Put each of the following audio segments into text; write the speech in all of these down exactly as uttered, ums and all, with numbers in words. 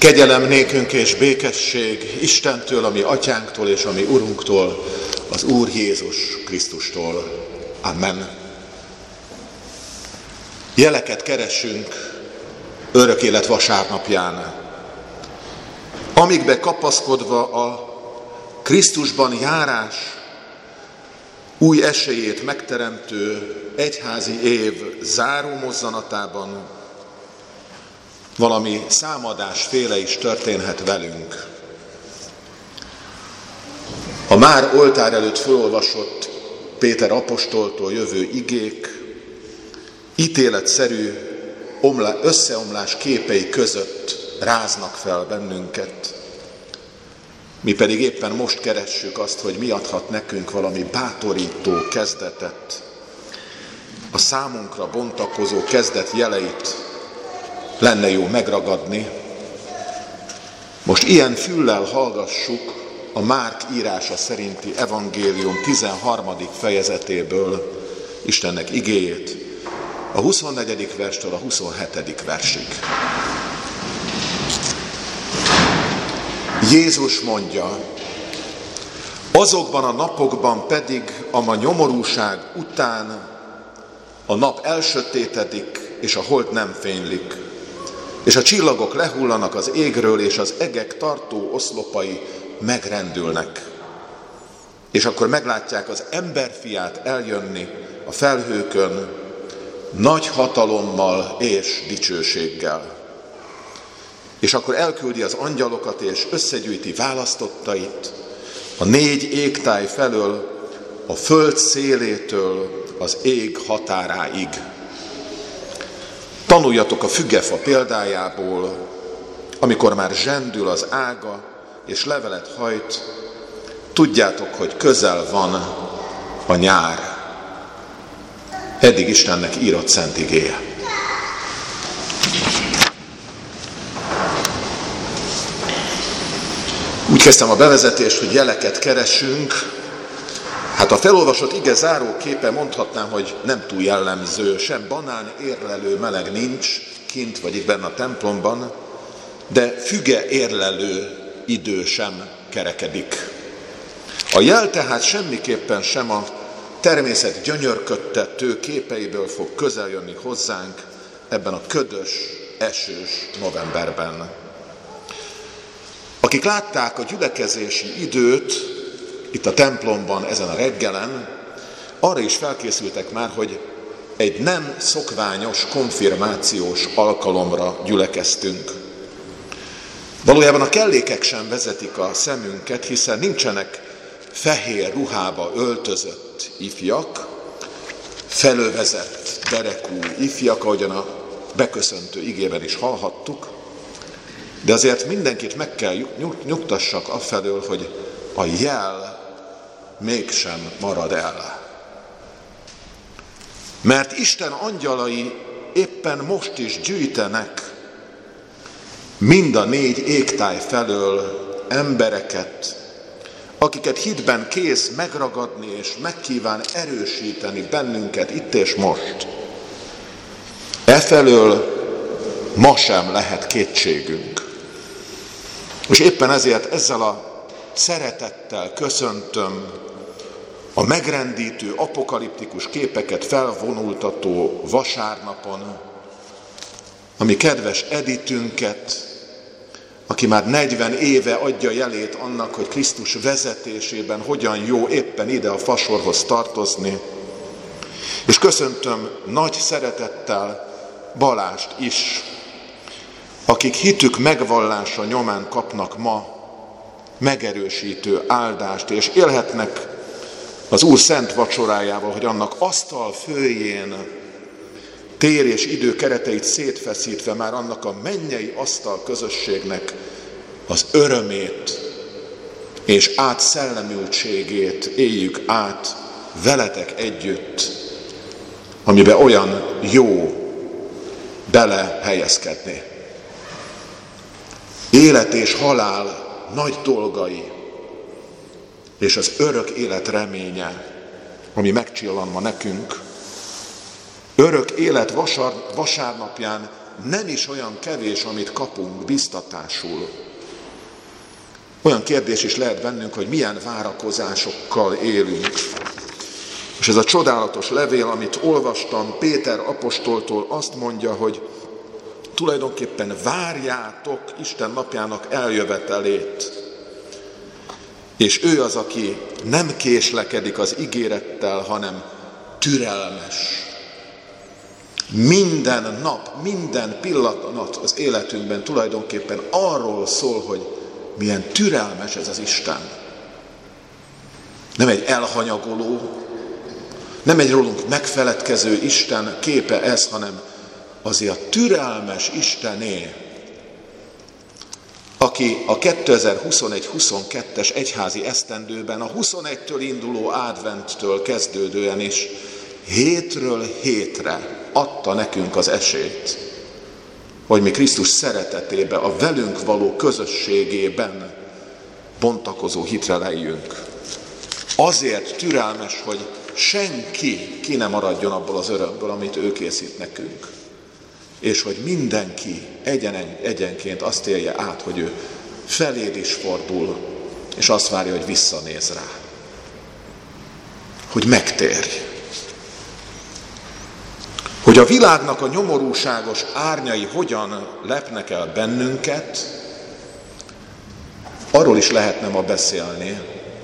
Kegyelem nékünk és békesség Istentől, a mi atyánktól és a mi Urunktól, az Úr Jézus Krisztustól. Amen. Jeleket keresünk örök élet vasárnapján, amikbe kapaszkodva a Krisztusban járás új esélyét megteremtő egyházi év záró mozzanatában valami számadásféle is történhet velünk. A már oltár előtt felolvasott Péter apostoltól jövő igék ítéletszerű omlá, összeomlás képei között ráznak fel bennünket. Mi pedig éppen most keressük azt, hogy mi adhat nekünk valami bátorító kezdetet, a számunkra bontakozó kezdet jeleit lenne jó megragadni. Most ilyen füllel hallgassuk a Márk írása szerinti evangélium tizenharmadik fejezetéből Istennek igéjét, a huszonnegyedik verstől a huszonhetedik versig. Jézus mondja: azokban a napokban pedig, ama nyomorúság után a nap elsötétedik, és a hold nem fénylik, és a csillagok lehullanak az égről, és az egek tartó oszlopai megrendülnek. És akkor meglátják az emberfiát eljönni a felhőkön, nagy hatalommal és dicsőséggel. És akkor elküldi az angyalokat, és összegyűjti választottait a négy égtáj felől, a föld szélétől az ég határáig. Tanuljatok a fügefa példájából, amikor már zsendül az ága és levelet hajt, tudjátok, hogy közel van a nyár. Eddig Istennek írott szent igéje. Úgy kezdtem a bevezetést, hogy jeleket keresünk. Hát a felolvasott ige záró képe mondhatnám, hogy nem túl jellemző, sem banán érlelő meleg nincs kint vagy itt benne a templomban, de füge érlelő idő sem kerekedik. A jel tehát semmiképpen sem a természet gyönyörködtető képeiből fog közel jönni hozzánk ebben a ködös, esős novemberben. Akik látták a gyülekezési időt itt a templomban ezen a reggelen, arra is felkészültek már, hogy egy nem szokványos konfirmációs alkalomra gyülekeztünk. Valójában a kellékek sem vezetik a szemünket, hiszen nincsenek fehér ruhába öltözött ifjak, felövezett derekú ifjak, ahogyan a beköszöntő igében is hallhattuk, de azért mindenkit meg kell nyugtassak afelől, hogy a jel mégsem marad el. Mert Isten angyalai éppen most is gyűjtenek mind a négy égtáj felől embereket, akiket hitben kész megragadni és megkíván erősíteni bennünket itt és most. Efelől ma sem lehet kétségünk. És éppen ezért ezzel a szeretettel köszöntöm a megrendítő, apokaliptikus képeket felvonultató vasárnapon, ami kedves Editünket, aki már negyven éve adja jelét annak, hogy Krisztus vezetésében hogyan jó éppen ide a fasorhoz tartozni. És köszöntöm nagy szeretettel Balást is, akik hitük megvallása nyomán kapnak ma megerősítő áldást, és élhetnek az Úr szent vacsorájával, hogy annak asztal főjén tér és idő kereteit szétfeszítve már annak a mennyei asztal közösségnek az örömét és átszellemültségét éljük át veletek együtt, amiben olyan jó bele helyezkedni. Élet és halál nagy dolgai, és az örök élet reménye, ami megcsillan ma nekünk. Örök élet vasár, vasárnapján nem is olyan kevés, amit kapunk biztatásul. Olyan kérdés is lehet bennünk, hogy milyen várakozásokkal élünk. És ez a csodálatos levél, amit olvastam Péter apostoltól, azt mondja, hogy tulajdonképpen várjátok Isten napjának eljövetelét. És ő az, aki nem késlekedik az ígérettel, hanem türelmes. Minden nap, minden pillanat az életünkben tulajdonképpen arról szól, hogy milyen türelmes ez az Isten. Nem egy elhanyagoló, nem egy rólunk megfeledkező Isten képe ez, hanem azért a türelmes Istené, aki a kétezer-huszonegy huszonkettes egyházi esztendőben a huszonegytől induló adventtől kezdődően is hétről hétre adta nekünk az esélyt, hogy mi Krisztus szeretetébe, a velünk való közösségében bontakozó hitre lejjünk. Azért türelmes, hogy senki ki ne maradjon abból az örömből, amit ő készít nekünk. És hogy mindenki egyen, egyenként azt élje át, hogy ő feléd is fordul, és azt várja, hogy visszanéz rá. Hogy megtérj. Hogy a világnak a nyomorúságos árnyai hogyan lepnek el bennünket, arról is lehetne ma beszélni.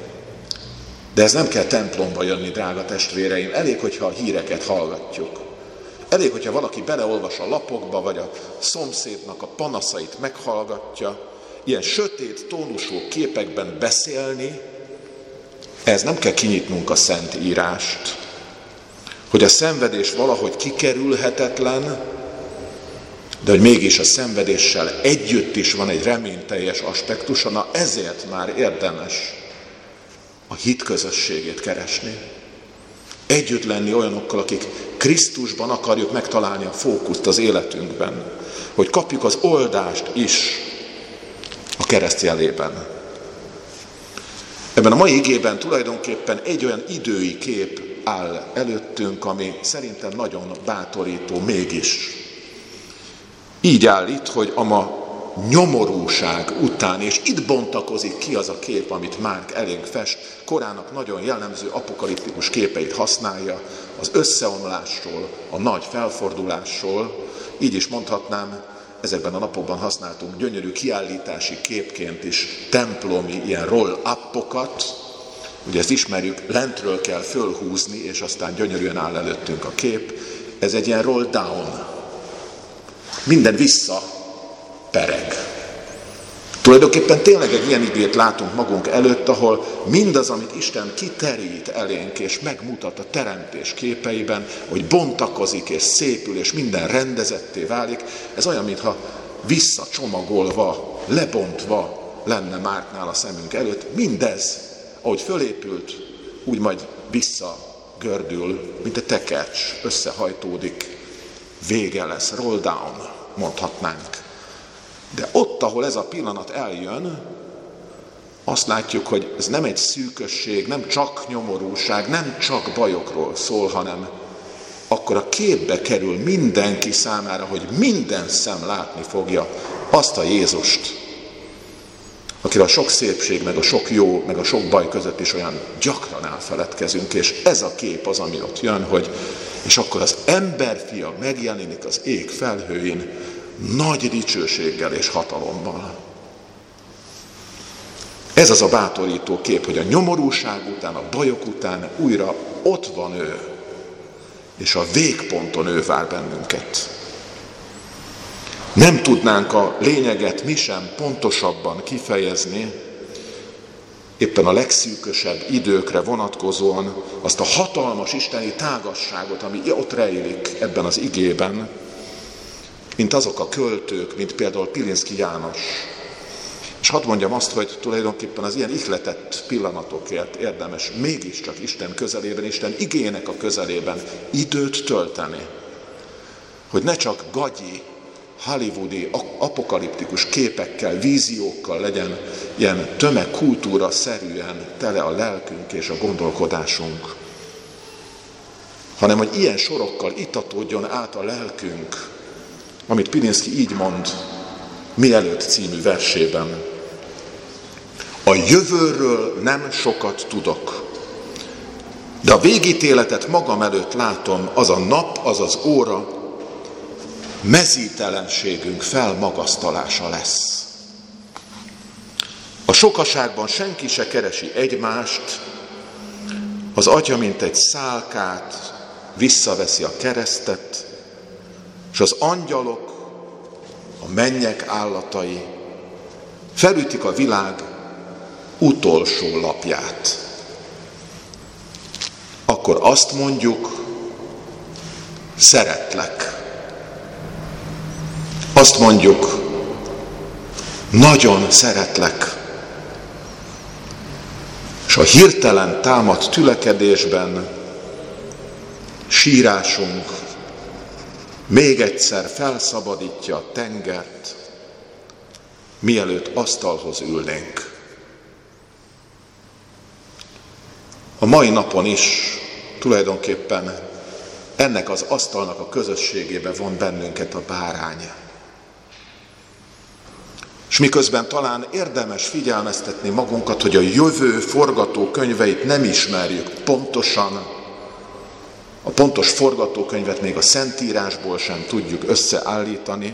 De ez nem kell templomba jönni, drága testvéreim. Elég, hogyha a híreket hallgatjuk. Elég, hogyha valaki beleolvas a lapokba, vagy a szomszédnak a panaszait meghallgatja, ilyen sötét tónusú képekben beszélni, ez nem kell kinyitnunk a Szent Írást. Hogy a szenvedés valahogy kikerülhetetlen, de hogy mégis a szenvedéssel együtt is van egy reményteljes aspektusa, na ezért már érdemes a hit közösségét keresni. Együtt lenni olyanokkal, akik Krisztusban akarjuk megtalálni a fókuszt az életünkben, hogy kapjuk az oldást is a kereszt jelében. Ebben a mai igében tulajdonképpen egy olyan idői kép áll előttünk, ami szerintem nagyon bátorító mégis. Így áll itt, hogy a ma nyomorúság után, és itt bontakozik ki az a kép, amit Márk elénk fest, korának nagyon jellemző apokaliptikus képeit használja, az összeomlásról, a nagy felfordulásról, így is mondhatnám, ezekben a napokban használtunk gyönyörű kiállítási képként is templomi ilyen roll-upokat, ugye ezt ismerjük, lentről kell fölhúzni, és aztán gyönyörűen áll előttünk a kép, ez egy ilyen roll-down, minden vissza pereg. Tulajdonképpen tényleg egy ilyen igét látunk magunk előtt, ahol mindaz, amit Isten kiterít elénk és megmutat a teremtés képeiben, hogy bontakozik és szépül és minden rendezetté válik, ez olyan, mintha visszacsomagolva, lebontva lenne Márknál a szemünk előtt. Mindez, ahogy fölépült, úgy majd visszagördül, mint a tekercs, összehajtódik, vége lesz, roll down, mondhatnánk. De ott, ahol ez a pillanat eljön, azt látjuk, hogy ez nem egy szűkösség, nem csak nyomorúság, nem csak bajokról szól, hanem akkor a képbe kerül mindenki számára, hogy minden szem látni fogja azt a Jézust, akire a sok szépség, meg a sok jó, meg a sok baj között is olyan gyakran elfeledkezünk, és ez a kép az, ami ott jön, hogy és akkor az emberfia megjelenik az ég felhőin, nagy dicsőséggel és hatalommal. Ez az a bátorító kép, hogy a nyomorúság után, a bajok után újra ott van ő, és a végponton ő vár bennünket. Nem tudnánk a lényeget mi sem pontosabban kifejezni, éppen a legszűkösebb időkre vonatkozóan azt a hatalmas isteni tágasságot, ami ott rejlik ebben az igében, mint azok a költők, mint például Pilinszky János. És hadd mondjam azt, hogy tulajdonképpen az ilyen ihletett pillanatokért érdemes mégiscsak Isten közelében, Isten igének a közelében időt tölteni. Hogy ne csak gagyi, hollywoodi, apokaliptikus képekkel, víziókkal legyen ilyen tömegkultúra szerűen tele a lelkünk és a gondolkodásunk, hanem hogy ilyen sorokkal itatódjon át a lelkünk, amit Pilinszky így mond Mielőtt című versében. A jövőről nem sokat tudok, de a végítéletet magam előtt látom, az a nap, az az óra, mezítelenségünk felmagasztalása lesz. A sokaságban senki se keresi egymást, az atya, mint egy szálkát, visszaveszi a keresztet, és az angyalok, a mennyek állatai felütik a világ utolsó lapját. Akkor azt mondjuk, szeretlek. Azt mondjuk, nagyon szeretlek. És a hirtelen támadt tülekedésben sírásunk még egyszer felszabadítja a tengert, mielőtt asztalhoz ülnénk. A mai napon is tulajdonképpen ennek az asztalnak a közösségébe von bennünket a bárány. És miközben talán érdemes figyelmeztetni magunkat, hogy a jövő forgatókönyveit nem ismerjük pontosan, a pontos forgatókönyvet még a Szentírásból sem tudjuk összeállítani,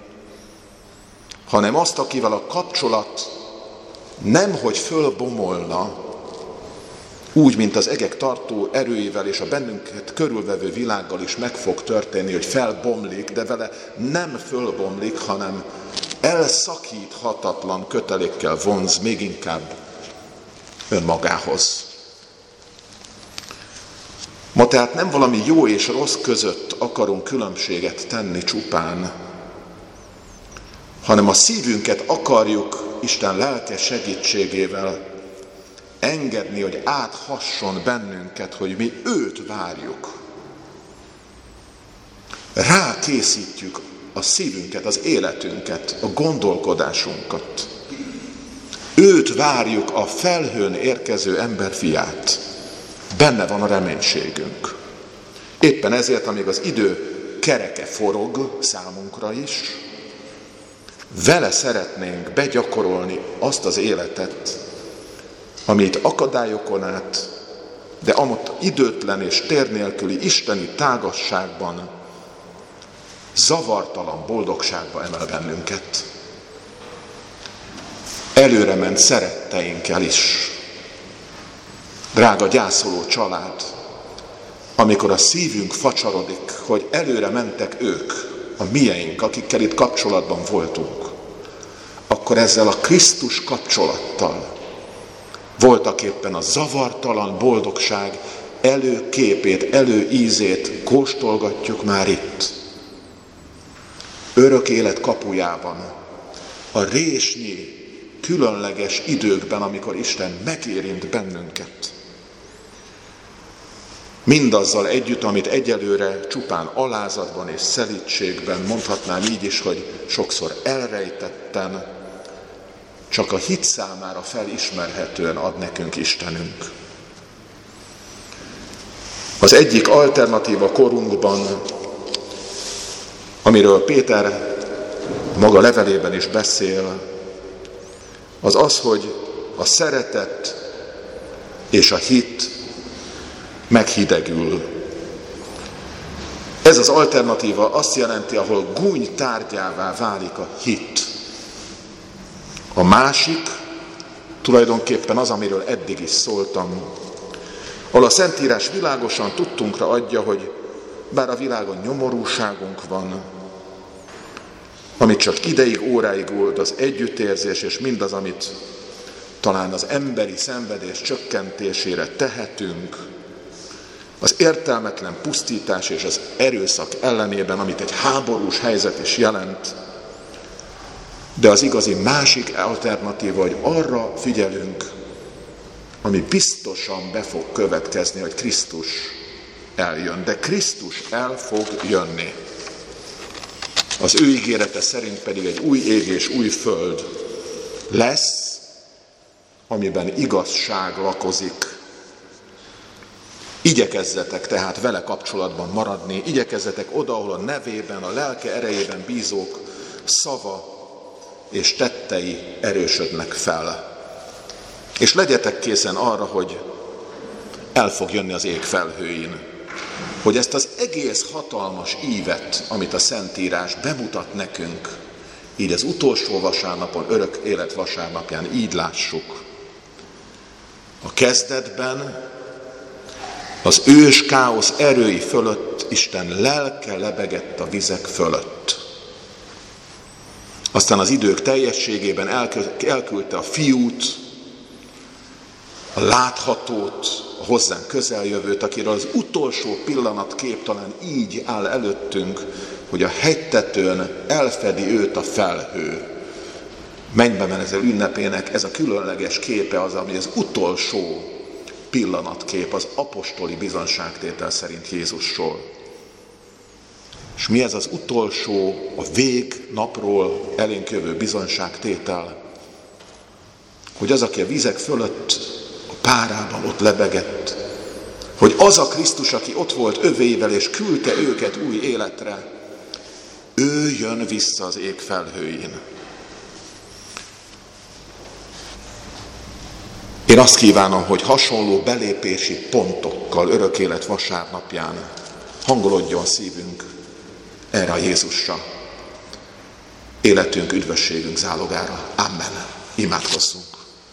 hanem azt, akivel a kapcsolat nemhogy fölbomolna, úgy, mint az egek tartó erőivel és a bennünket körülvevő világgal is meg fog történni, hogy felbomlik, de vele nem fölbomlik, hanem elszakíthatatlan kötelékkel vonz még inkább önmagához. Ma tehát nem valami jó és rossz között akarunk különbséget tenni csupán, hanem a szívünket akarjuk Isten lelke segítségével engedni, hogy áthasson bennünket, hogy mi őt várjuk. Rákészítjük a szívünket, az életünket, a gondolkodásunkat. Őt várjuk, a felhőn érkező emberfiát. Benne van a reménységünk. Éppen ezért, amíg az idő kereke forog számunkra is, vele szeretnénk begyakorolni azt az életet, amit akadályokon át, de amott időtlen és tér nélküli isteni tágasságban, zavartalan boldogságba emel bennünket. Előre ment szeretteinkkel is. Drága gyászoló család, amikor a szívünk facsarodik, hogy előre mentek ők, a mieink, akikkel itt kapcsolatban voltunk, akkor ezzel a Krisztus kapcsolattal voltak éppen a zavartalan boldogság előképét, előízét kóstolgatjuk már itt. Örök élet kapujában, a résnyi, különleges időkben, amikor Isten megérint bennünket. Mindazzal együtt, amit egyelőre csupán alázatban és szelídségben, mondhatnám így is, hogy sokszor elrejtetten, csak a hit számára felismerhetően ad nekünk Istenünk. Az egyik alternatíva korunkban, amiről Péter maga levelében is beszél, az az, hogy a szeretet és a hit meghidegül. Ez az alternatíva azt jelenti, ahol gúny tárgyává válik a hit. A másik tulajdonképpen az, amiről eddig is szóltam, ahol a Szentírás világosan tudtunkra adja, hogy bár a világon nyomorúságunk van, amit csak ideig, óráig old az együttérzés, és mindaz, amit talán az emberi szenvedés csökkentésére tehetünk, az értelmetlen pusztítás és az erőszak ellenében, amit egy háborús helyzet is jelent, de az igazi másik alternatíva, hogy arra figyelünk, ami biztosan be fog következni, hogy Krisztus eljön. De Krisztus el fog jönni. Az ő ígérete szerint pedig egy új ég és új föld lesz, amiben igazság lakozik. Igyekezzetek tehát vele kapcsolatban maradni, igyekezzetek oda, ahol a nevében, a lelke erejében bízók szava és tettei erősödnek fel. És legyetek készen arra, hogy el fog jönni az ég felhőin, hogy ezt az egész hatalmas ívet, amit a Szentírás bemutat nekünk, így az utolsó vasárnapon, örök élet vasárnapján így lássuk. A kezdetben az ős káosz erői fölött Isten lelke lebegett a vizek fölött. Aztán az idők teljességében elküldte a Fiút, a láthatót, a hozzánk közeljövőt, akiről az utolsó pillanatkép talán így áll előttünk, hogy a hegytetőn elfedi őt a felhő. Mennybe menezel ünnepének ez a különleges képe az, ami az utolsó pillanatkép az apostoli bizonságtétel szerint Jézusról. És mi ez az utolsó, a végnapról elénk jövő bizonságtétel? Hogy az, aki a vizek fölött, a párában ott lebegett, hogy az a Krisztus, aki ott volt övéivel és küldte őket új életre, ő jön vissza az ég felhőin. Én azt kívánom, hogy hasonló belépési pontokkal örök élet vasárnapján hangolódjon szívünk erre a Jézusra, életünk, üdvösségünk zálogára. Amen. Imádkozzunk.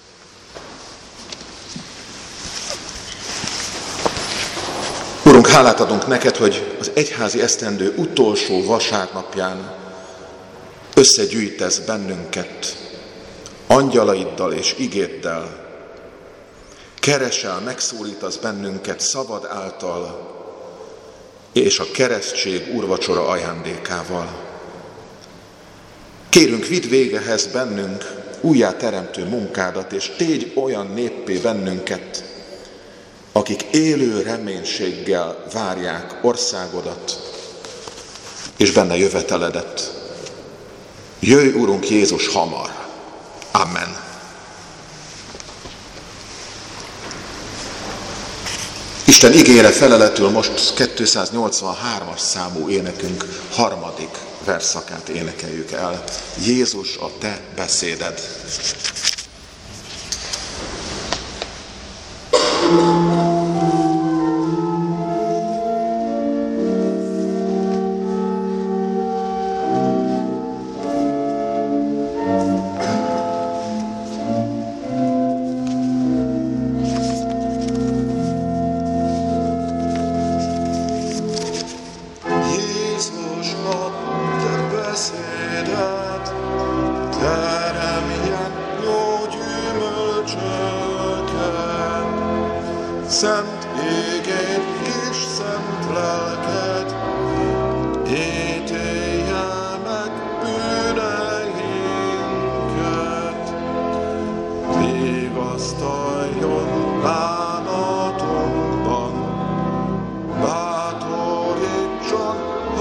Urunk, hálát adunk neked, hogy az egyházi esztendő utolsó vasárnapján összegyűjtesz bennünket angyalaiddal és igéddel, keresel, megszólítasz bennünket szabad által és a keresztség úrvacsora ajándékával. Kérünk, vidd végehez bennünk újjáteremtő munkádat, és tégy olyan néppé bennünket, akik élő reménységgel várják országodat és benne jöveteledet. Jöjj, Urunk Jézus, hamar! Amen. Isten igére feleletül most kétszáznyolcvanhármas számú énekünk harmadik versszakát énekeljük el. Jézus, a te beszéded. Szent éged és szent lelked, ítélje meg bűneinket, vigasztaljon bánatunkban, bátorítson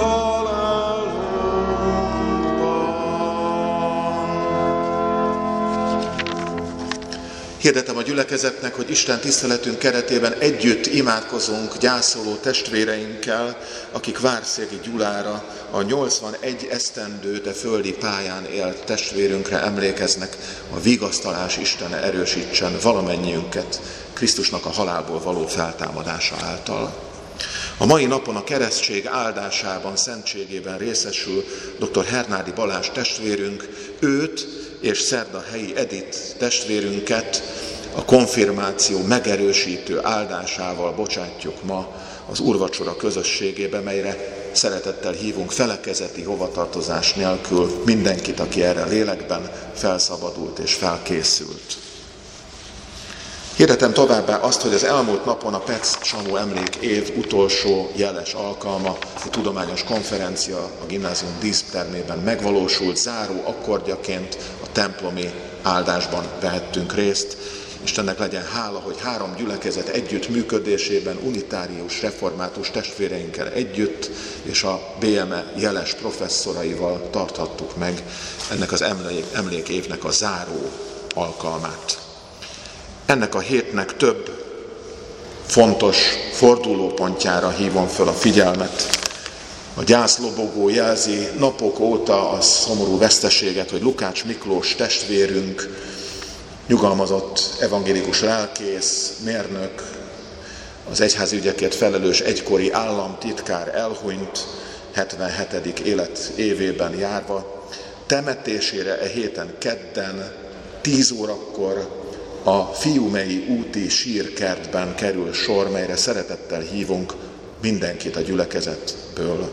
Hirdetem a gyülekezetnek, hogy Isten tiszteletünk keretében együtt imádkozunk gyászoló testvéreinkkel, akik Várszégi Gyulára, a nyolcvanegy esztendő de földi pályán élt testvérünkre emlékeznek. A vigasztalás Istene erősítsen valamennyiünket Krisztusnak a halálból való feltámadása által. A mai napon a keresztség áldásában, szentségében részesül dr. Hernádi Balázs testvérünk. Őt és Szerdahelyi Edith testvérünket a konfirmáció megerősítő áldásával bocsátjuk ma az úrvacsora közösségébe, melyre szeretettel hívunk felekezeti hovatartozás nélkül mindenkit, aki erre lélekben felszabadult és felkészült. Hirdetem továbbá azt, hogy az elmúlt napon a Petsz Samu emlék év utolsó jeles alkalma, a tudományos konferencia a gimnázium dísztermében megvalósult, záró akkordjaként a templomi áldásban vehettünk részt. Istennek legyen hála, hogy három gyülekezet együtt működésében, unitárius, református testvéreinkkel együtt, és a bé em e jeles professzoraival tarthattuk meg ennek az emlék, emlékévnek a záró alkalmát. Ennek a hétnek több fontos fordulópontjára hívom föl a figyelmet. A gyászlobogó jelzi napok óta a szomorú veszteséget, hogy Lukács Miklós testvérünk, nyugalmazott evangélikus lelkész, mérnök, az egyházi ügyekért felelős egykori államtitkár elhunyt, hetvenhetedik életévében járva. Temetésére e héten kedden, tíz órakor a Fiumei úti sírkertben kerül sor, melyre szeretettel hívunk mindenkit a gyülekezetből.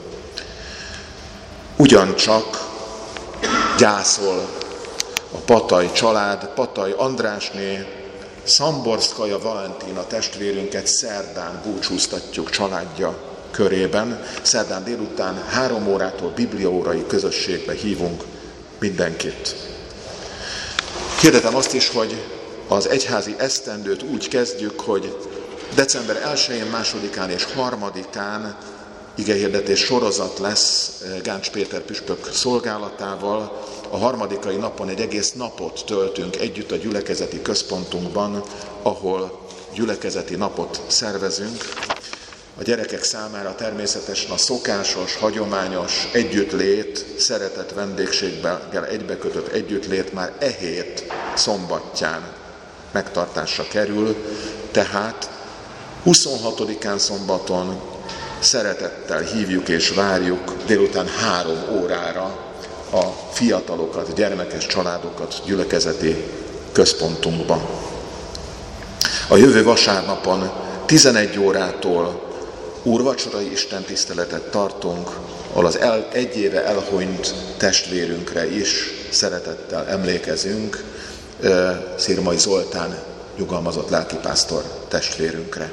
Ugyancsak gyászol a Patai család, Patai Andrásné, Szamborszkaja Valentina testvérünket szerdán búcsúztatjuk családja körében. Szerdán délután három órától bibliaórai közösségbe hívunk mindenkit. Hirdetem azt is, hogy az egyházi esztendőt úgy kezdjük, hogy december elsején, másodikán és harmadikán igehirdetés sorozat lesz Gáncs Péter püspök szolgálatával. A harmadikai napon egy egész napot töltünk együtt a gyülekezeti központunkban, ahol gyülekezeti napot szervezünk. A gyerekek számára természetesen a szokásos, hagyományos együttlét, szeretett vendégséggel egybekötött együttlét már e hét szombatján megtartásra kerül, tehát huszonhatodikán szombaton szeretettel hívjuk és várjuk délután három órára a fiatalokat, gyermekes családokat gyülekezeti központunkba. A jövő vasárnapon tizenegy órától úrvacsorai istentiszteletet tartunk, ahol az el, egy éve elhunyt testvérünkre is szeretettel emlékezünk, Szirmai Zoltán nyugalmazott lelkipásztor testvérünkre.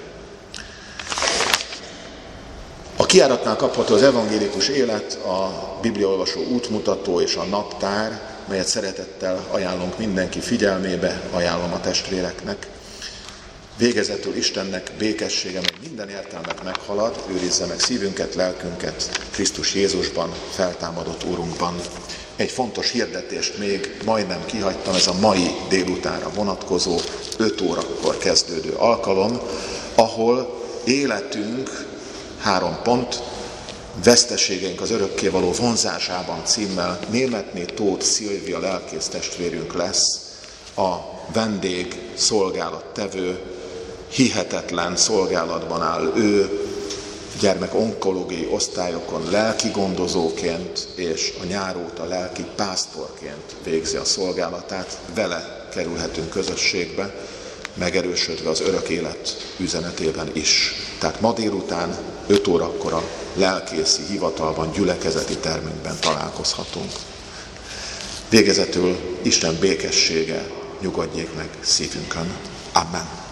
A kijáratnál kapható az evangélikus élet, a bibliaolvasó útmutató és a naptár, melyet szeretettel ajánlunk mindenki figyelmébe, ajánlom a testvéreknek. Végezetül Istennek békessége, mely minden értelmet meghalad, őrizze meg szívünket, lelkünket Krisztus Jézusban, feltámadott Úrunkban. Egy fontos hirdetést még majdnem kihagytam, ez a mai délutánra vonatkozó öt órakor kezdődő alkalom, ahol életünk, három pont, veszteségeink az örökkévaló vonzásában címmel Németné Tóth Szilvia lelkész testvérünk lesz a vendég szolgálattevő, hihetetlen szolgálatban áll ő, gyermek onkológiai osztályokon lelki gondozóként és a nyár óta lelki pásztorként végzi a szolgálatát. Vele kerülhetünk közösségbe, megerősödve az örök élet üzenetében is. Tehát ma délután öt órakor a lelkészi hivatalban, gyülekezeti termünkben találkozhatunk. Végezetül Isten békessége nyugodjék meg szívünkön. Amen.